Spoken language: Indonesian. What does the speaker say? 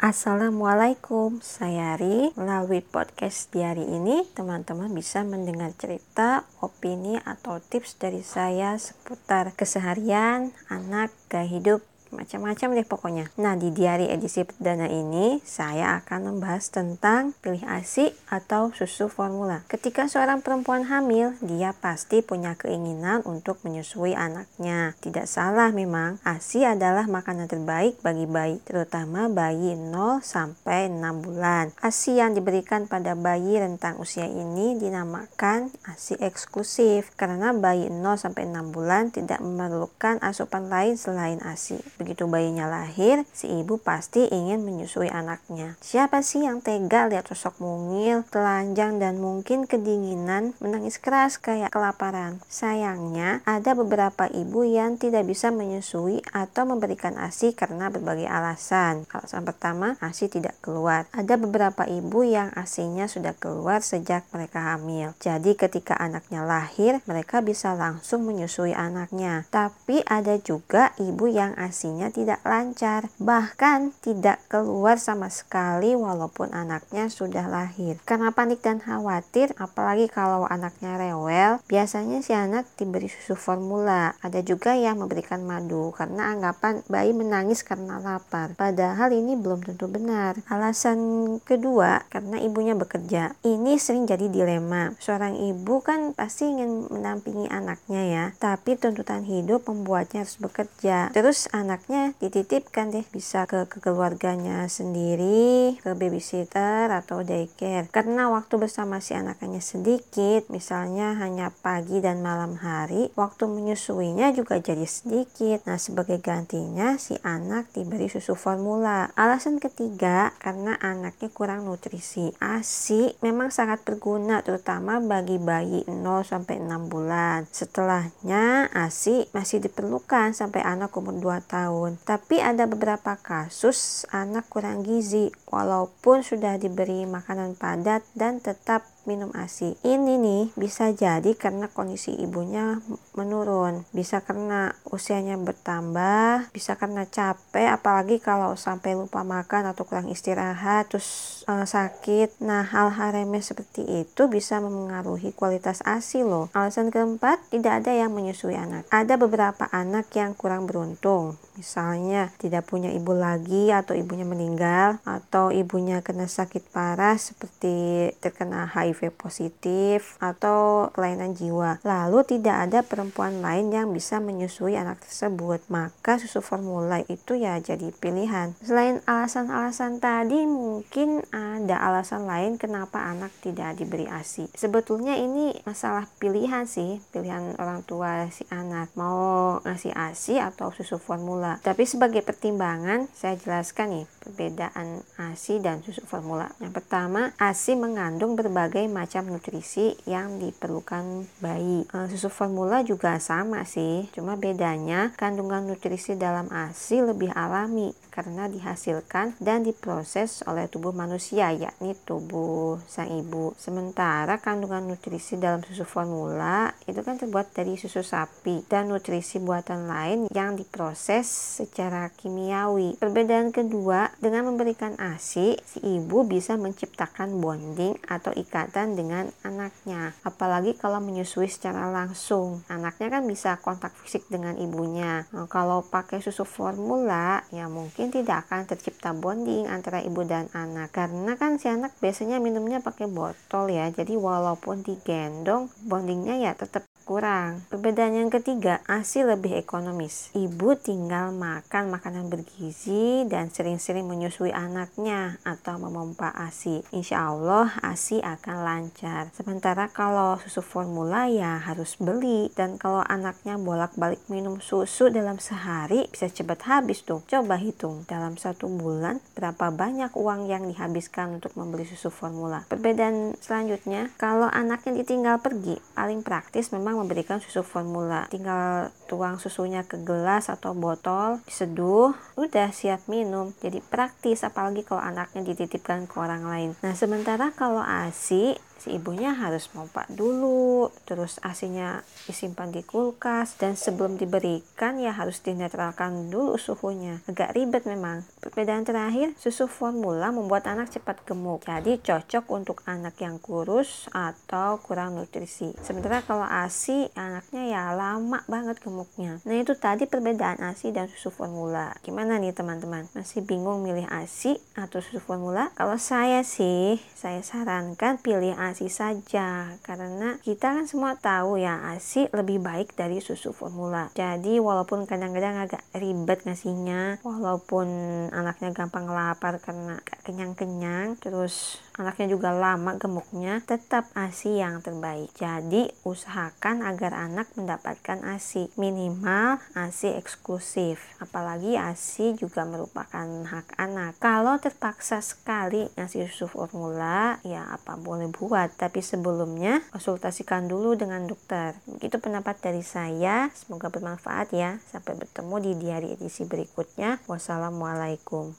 Assalamualaikum, saya Ari. Melalui podcast di hari ini, teman-teman bisa mendengar cerita, opini, atau tips dari saya seputar keseharian, anak, gaya hidup, macam-macam deh pokoknya. Nah, di diari edisi perdana ini, saya akan membahas tentang pilih ASI atau susu formula. Ketika seorang perempuan hamil, dia pasti punya keinginan untuk menyusui anaknya. Tidak salah memang, ASI adalah makanan terbaik bagi bayi, terutama bayi 0 sampai 6 bulan. ASI yang diberikan pada bayi rentang usia ini dinamakan ASI eksklusif, karena bayi 0 sampai 6 bulan tidak memerlukan asupan lain selain ASI. Begitu bayinya lahir, si ibu pasti ingin menyusui anaknya. Siapa sih yang tega lihat sosok mungil, telanjang, dan mungkin kedinginan menangis keras kayak kelaparan? Sayangnya, ada beberapa ibu yang tidak bisa menyusui atau memberikan ASI karena berbagai alasan. Alasan pertama, ASI tidak keluar. Ada beberapa ibu yang ASI-nya sudah keluar sejak mereka hamil. Jadi ketika anaknya lahir, mereka bisa langsung menyusui anaknya. Tapi ada juga ibu yang ASI-nya tidak lancar, bahkan tidak keluar sama sekali walaupun anaknya sudah lahir. Karena panik dan khawatir, apalagi kalau anaknya rewel, biasanya si anak diberi susu formula. Ada juga yang memberikan madu karena anggapan bayi menangis karena lapar. Padahal ini belum tentu benar. Alasan kedua, karena ibunya bekerja. Ini sering jadi dilema. Seorang ibu kan pasti ingin mendampingi anaknya ya, tapi tuntutan hidup membuatnya harus bekerja. Terus anaknya dititipkan deh, bisa ke keluarganya sendiri, ke babysitter atau daycare. Karena waktu bersama si anaknya sedikit, misalnya hanya pagi dan malam hari, waktu menyusuinya juga jadi sedikit. Nah, sebagai gantinya si anak diberi susu formula. Alasan ketiga, karena anaknya kurang nutrisi. ASI memang sangat berguna terutama bagi bayi 0 sampai 6 bulan. Setelahnya ASI masih diperlukan sampai anak umur 2 tahun. Tapi ada beberapa kasus anak kurang gizi walaupun sudah diberi makanan padat dan tetap minum ASI. Ini nih bisa jadi karena kondisi ibunya menurun, bisa karena usianya bertambah, bisa karena capek, apalagi kalau sampai lupa makan atau kurang istirahat, terus sakit. Nah, hal-hal remeh seperti itu bisa memengaruhi kualitas ASI loh. Alasan keempat, tidak ada yang menyusui anak. Ada beberapa anak yang kurang beruntung, misalnya tidak punya ibu lagi atau ibunya meninggal, atau ibunya kena sakit parah seperti terkena HIV positif atau kelainan jiwa. Lalu tidak ada perempuan lain yang bisa menyusui anak tersebut, maka susu formula itu ya jadi pilihan. Selain alasan-alasan tadi, mungkin ada alasan lain kenapa anak tidak diberi ASI. Sebetulnya ini masalah pilihan sih, pilihan orang tua si anak mau ngasih ASI atau susu formula. Tapi sebagai pertimbangan, saya jelaskan nih perbedaan ASI dan susu formula. Yang pertama, ASI mengandung berbagai macam nutrisi yang diperlukan bayi. Susu formula juga sama sih, cuma bedanya kandungan nutrisi dalam ASI lebih alami karena dihasilkan dan diproses oleh tubuh manusia, yakni tubuh sang ibu. Sementara kandungan nutrisi dalam susu formula itu kan terbuat dari susu sapi dan nutrisi buatan lain yang diproses secara kimiawi. Perbedaan kedua, dengan memberikan ASI, si ibu bisa menciptakan bonding atau ikatan dengan anaknya. Apalagi kalau menyusui secara langsung, anaknya kan bisa kontak fisik dengan ibunya. Nah, kalau pakai susu formula, ya mungkin tidak akan tercipta bonding antara ibu dan anak, karena kan si anak biasanya minumnya pakai botol ya, jadi walaupun digendong, bondingnya ya tetap kurang. Perbedaan yang ketiga, ASI lebih ekonomis. Ibu tinggal makan makanan bergizi dan sering-sering menyusui anaknya atau memompa ASI. Insya Allah ASI akan lancar. Sementara kalau susu formula ya harus beli, dan kalau anaknya bolak-balik minum susu dalam sehari bisa cepat habis tuh. Coba hitung dalam 1 bulan berapa banyak uang yang dihabiskan untuk membeli susu formula. Perbedaan selanjutnya, kalau anaknya ditinggal pergi, paling praktis memang memberikan susu formula. Tinggal tuang susunya ke gelas atau botol, diseduh, udah siap minum. Jadi praktis, apalagi kalau anaknya dititipkan ke orang lain. Nah, sementara kalau ASI si ibunya harus pompa dulu, terus ASINya disimpan di kulkas, dan sebelum diberikan ya harus dinetralkan dulu suhunya. Agak ribet memang. Perbedaan terakhir, susu formula membuat anak cepat gemuk, jadi cocok untuk anak yang kurus atau kurang nutrisi. Sementara kalau ASI, anaknya ya lama banget gemuknya. Nah itu tadi perbedaan ASI dan susu formula. Gimana nih teman-teman? Masih bingung milih ASI atau susu formula? Kalau saya sih, saya sarankan pilih ASI saja, karena kita kan semua tahu ya ASI lebih baik dari susu formula. Jadi walaupun kadang-kadang agak ribet ngasihnya, walaupun anaknya gampang lapar karena gak kenyang-kenyang, terus anaknya juga lama gemuknya, tetap ASI yang terbaik. Jadi usahakan agar anak mendapatkan ASI, minimal ASI eksklusif. Apalagi ASI juga merupakan hak anak. Kalau terpaksa sekali ngasih susu formula, ya apa boleh buat, tapi sebelumnya konsultasikan dulu dengan dokter. Begitu pendapat dari saya, semoga bermanfaat ya. Sampai bertemu di diari edisi berikutnya. Wassalamualaikum.